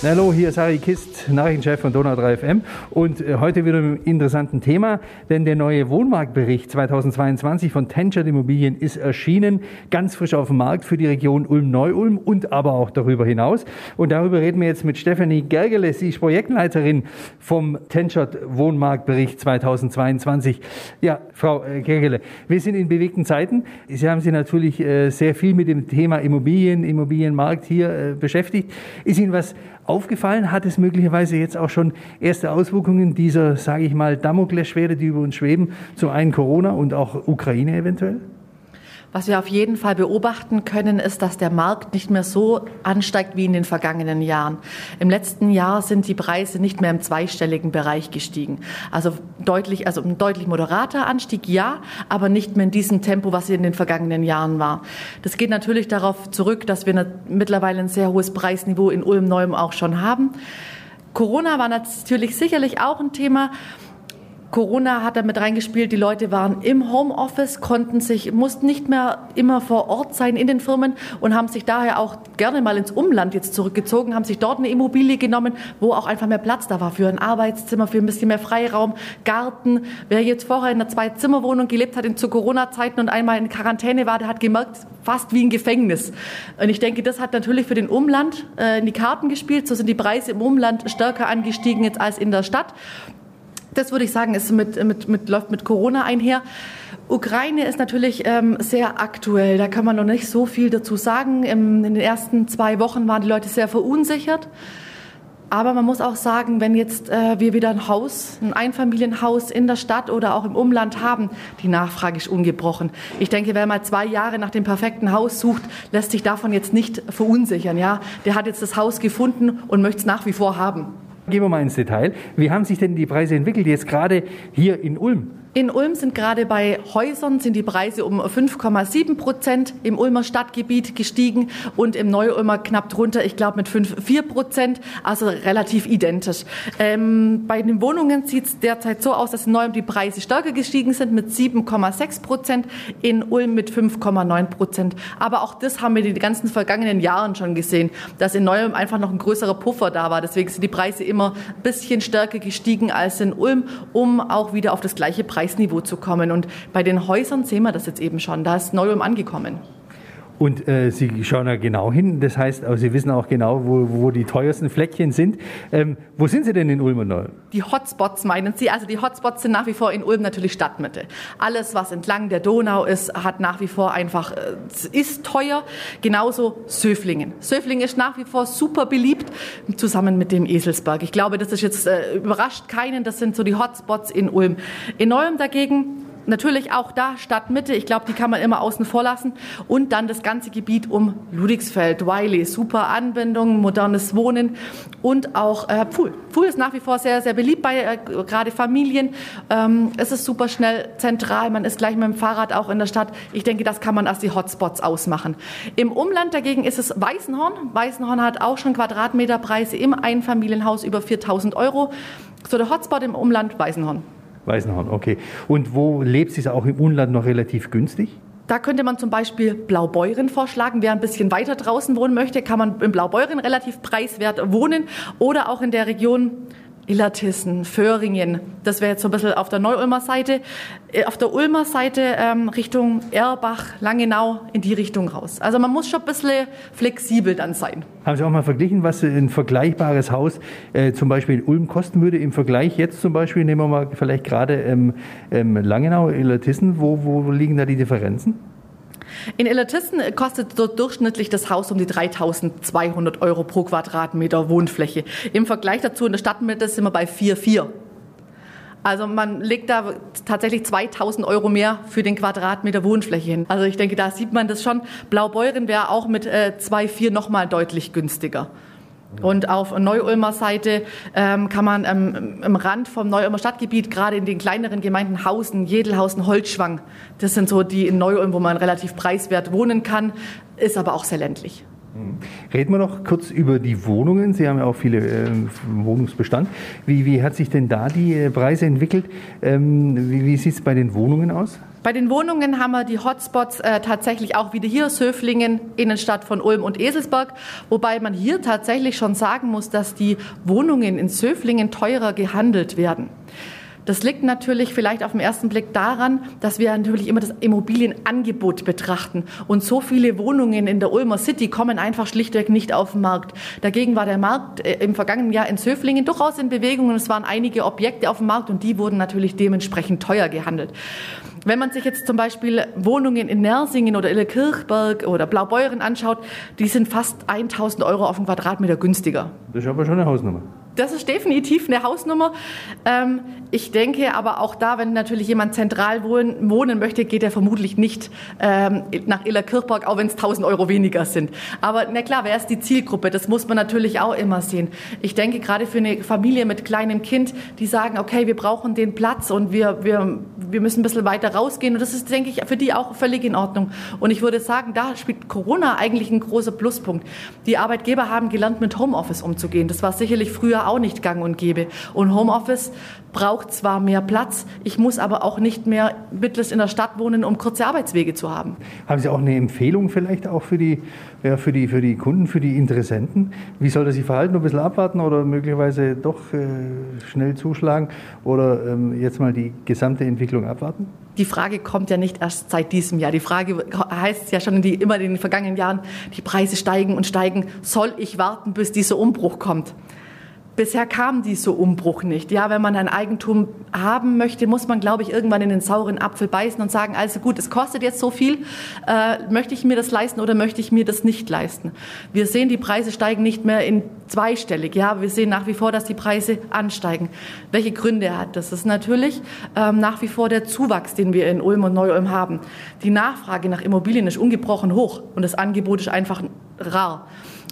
Hallo, hier ist Harry Kist, Nachrichtenchef von Donau 3 FM und heute wieder mit einem interessanten Thema, denn der neue Wohnmarktbericht 2022 von Tenchert Immobilien ist erschienen, ganz frisch auf dem Markt für die Region Ulm-Neu-Ulm und aber auch darüber hinaus. Und darüber reden wir jetzt mit Stefanie Gergeles, sie ist Projektleiterin vom Tenchert Wohnmarktbericht 2022. Ja, Frau Gergele, wir sind in bewegten Zeiten. Sie haben sich natürlich sehr viel mit dem Thema Immobilienmarkt hier beschäftigt. Ist Ihnen was aufgefallen? Hat es möglicherweise jetzt auch schon erste Auswirkungen dieser, sage ich mal, Damoklesschwerte, die über uns schweben, zum einen Corona und auch Ukraine eventuell? Was wir auf jeden Fall beobachten können, ist, dass der Markt nicht mehr so ansteigt wie in den vergangenen Jahren. Im letzten Jahr sind die Preise nicht mehr im zweistelligen Bereich gestiegen. Also ein deutlich moderater Anstieg, ja, aber nicht mehr in diesem Tempo, was in den vergangenen Jahren war. Das geht natürlich darauf zurück, dass wir mittlerweile ein sehr hohes Preisniveau in Ulm-Neu-Ulm auch schon haben. Corona war natürlich sicherlich auch ein Thema. Corona hat damit reingespielt, die Leute waren im Homeoffice, mussten nicht mehr immer vor Ort sein in den Firmen und haben sich daher auch gerne mal ins Umland jetzt zurückgezogen, haben sich dort eine Immobilie genommen, wo auch einfach mehr Platz da war für ein Arbeitszimmer, für ein bisschen mehr Freiraum, Garten. Wer jetzt vorher in einer Zwei-Zimmer-Wohnung gelebt hat zu Corona-Zeiten und einmal in Quarantäne war, der hat gemerkt, fast wie ein Gefängnis. Und ich denke, das hat natürlich für den Umland in die Karten gespielt. So sind die Preise im Umland stärker angestiegen jetzt als in der Stadt. Das würde ich sagen, läuft mit Corona einher. Ukraine ist natürlich sehr aktuell. Da kann man noch nicht so viel dazu sagen. In den ersten 2 Wochen waren die Leute sehr verunsichert. Aber man muss auch sagen, wenn jetzt wir wieder ein Einfamilienhaus in der Stadt oder auch im Umland haben, die Nachfrage ist ungebrochen. Ich denke, wer mal 2 Jahre nach dem perfekten Haus sucht, lässt sich davon jetzt nicht verunsichern. Ja? Der hat jetzt das Haus gefunden und möchte es nach wie vor haben. Gehen wir mal ins Detail. Wie haben sich denn die Preise entwickelt, jetzt gerade hier in Ulm? In Ulm sind gerade bei Häusern die Preise um 5,7% im Ulmer Stadtgebiet gestiegen und im Neu-Ulmer knapp drunter, ich glaube mit 5,4%, also relativ identisch. Bei den Wohnungen sieht es derzeit so aus, dass in Neu-Ulm die Preise stärker gestiegen sind mit 7,6%, in Ulm mit 5,9%. Aber auch das haben wir in den ganzen vergangenen Jahren schon gesehen, dass in Neu-Ulm einfach noch ein größerer Puffer da war. Deswegen sind die Preise immer ein bisschen stärker gestiegen als in Ulm, um auch wieder auf das gleiche Preisniveau zu kommen. Und bei den Häusern sehen wir das jetzt eben schon. Da ist Neu-Ulm angekommen. Und Sie schauen ja genau hin. Das heißt, Sie wissen auch genau, wo die teuersten Fleckchen sind. Wo sind Sie denn in Ulm und Neu-Ulm? Die Hotspots meinen Sie? Also die Hotspots sind nach wie vor in Ulm natürlich Stadtmitte. Alles, was entlang der Donau ist, hat nach wie vor ist teuer. Genauso Söflingen. Söflingen ist nach wie vor super beliebt, zusammen mit dem Eselsberg. Ich glaube, das ist jetzt überrascht keinen. Das sind so die Hotspots in Ulm. In Neu-Ulm dagegen natürlich auch da Stadtmitte, ich glaube, die kann man immer außen vor lassen. Und dann das ganze Gebiet um Ludwigsfeld, Wiley, super Anbindung, modernes Wohnen und auch Pfuhl. Pfuhl ist nach wie vor sehr, sehr beliebt bei gerade Familien. Es ist super schnell zentral, man ist gleich mit dem Fahrrad auch in der Stadt. Ich denke, das kann man als die Hotspots ausmachen. Im Umland dagegen ist es Weißenhorn. Weißenhorn hat auch schon Quadratmeterpreise im Einfamilienhaus über 4.000 €. So der Hotspot im Umland Weißenhorn. Weißenhorn, okay. Und wo lebt es auch im Umland noch relativ günstig? Da könnte man zum Beispiel Blaubeuren vorschlagen. Wer ein bisschen weiter draußen wohnen möchte, kann man in Blaubeuren relativ preiswert wohnen oder auch in der Region Illertissen, Föhringen. Das wäre jetzt so ein bisschen auf der Neu-Ulmer Seite. Auf der Ulmer Seite Richtung Erbach, Langenau, in die Richtung raus. Also man muss schon ein bisschen flexibel dann sein. Haben Sie auch mal verglichen, was ein vergleichbares Haus zum Beispiel in Ulm kosten würde? Im Vergleich jetzt zum Beispiel, nehmen wir mal vielleicht gerade Langenau, Illertissen, wo liegen da die Differenzen? In Illertissen kostet dort durchschnittlich das Haus um die 3.200 € pro Quadratmeter Wohnfläche. Im Vergleich dazu in der Stadtmitte sind wir bei 4,4. Also man legt da tatsächlich 2.000 € mehr für den Quadratmeter Wohnfläche hin. Also ich denke, da sieht man das schon. Blaubeuren wäre auch mit 2,4 nochmal deutlich günstiger. Und auf Neu-Ulmer Seite kann man im Rand vom Neu-Ulmer Stadtgebiet, gerade in den kleineren Gemeinden Hausen, Jedelhausen, Holzschwang, das sind so die in Neu-Ulm, wo man relativ preiswert wohnen kann, ist aber auch sehr ländlich. Reden wir noch kurz über die Wohnungen. Sie haben ja auch viele Wohnungsbestand. Wie hat sich denn da die Preise entwickelt? Wie sieht es bei den Wohnungen aus? Bei den Wohnungen haben wir die Hotspots tatsächlich auch wieder hier, Söflingen, Innenstadt von Ulm und Eselsberg, wobei man hier tatsächlich schon sagen muss, dass die Wohnungen in Söflingen teurer gehandelt werden. Das liegt natürlich vielleicht auf den ersten Blick daran, dass wir natürlich immer das Immobilienangebot betrachten. Und so viele Wohnungen in der Ulmer City kommen einfach schlichtweg nicht auf den Markt. Dagegen war der Markt im vergangenen Jahr in Söflingen durchaus in Bewegung und es waren einige Objekte auf dem Markt und die wurden natürlich dementsprechend teuer gehandelt. Wenn man sich jetzt zum Beispiel Wohnungen in Nersingen oder Illerkirchberg oder Blaubeuren anschaut, die sind fast 1.000 € auf den Quadratmeter günstiger. Das ist aber schon eine Hausnummer. Das ist definitiv eine Hausnummer. Ich denke aber auch da, wenn natürlich jemand zentral wohnen möchte, geht er vermutlich nicht nach Illerkirchberg, auch wenn es 1.000 € weniger sind. Aber na klar, wer ist die Zielgruppe? Das muss man natürlich auch immer sehen. Ich denke gerade für eine Familie mit kleinem Kind, die sagen, okay, wir brauchen den Platz und wir müssen ein bisschen weiter rausgehen. Und das ist, denke ich, für die auch völlig in Ordnung. Und ich würde sagen, da spielt Corona eigentlich ein großer Pluspunkt. Die Arbeitgeber haben gelernt, mit Homeoffice umzugehen. Das war sicherlich früher auch nicht gang und gäbe. Und Homeoffice braucht zwar mehr Platz, ich muss aber auch nicht mehr mittels in der Stadt wohnen, um kurze Arbeitswege zu haben. Haben Sie auch eine Empfehlung vielleicht auch für die Kunden, für die Interessenten? Wie soll er sich verhalten? Ein bisschen abwarten oder möglicherweise doch schnell zuschlagen oder jetzt mal die gesamte Entwicklung abwarten? Die Frage kommt ja nicht erst seit diesem Jahr. Die Frage heißt ja schon immer in den vergangenen Jahren, die Preise steigen und steigen. Soll ich warten, bis dieser Umbruch kommt? Bisher kam dieser Umbruch nicht. Ja, wenn man ein Eigentum haben möchte, muss man, glaube ich, irgendwann in den sauren Apfel beißen und sagen, also gut, es kostet jetzt so viel, möchte ich mir das leisten oder möchte ich mir das nicht leisten? Wir sehen, die Preise steigen nicht mehr in zweistellig. Ja, wir sehen nach wie vor, dass die Preise ansteigen. Welche Gründe hat das? Das ist natürlich nach wie vor der Zuwachs, den wir in Ulm und Neu-Ulm haben. Die Nachfrage nach Immobilien ist ungebrochen hoch und das Angebot ist einfach rar.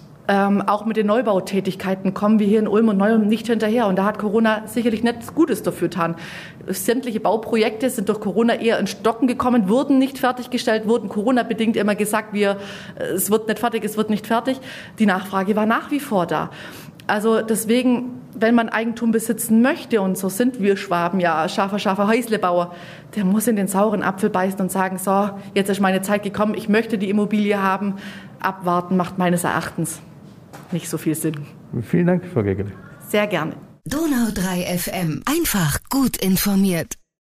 Auch mit den Neubautätigkeiten kommen wir hier in Ulm und Neu-Ulm nicht hinterher. Und da hat Corona sicherlich nichts Gutes dafür getan. Sämtliche Bauprojekte sind durch Corona eher in Stocken gekommen, wurden nicht fertiggestellt, wurden Corona-bedingt immer gesagt, es wird nicht fertig, es wird nicht fertig. Die Nachfrage war nach wie vor da. Also deswegen, wenn man Eigentum besitzen möchte, und so sind wir Schwaben ja, scharfer Häuslebauer, der muss in den sauren Apfel beißen und sagen, so, jetzt ist meine Zeit gekommen, ich möchte die Immobilie haben. Abwarten macht meines Erachtens nicht so viel Sinn. Vielen Dank, Frau Gegele. Sehr gerne. Donau 3 FM. Einfach gut informiert.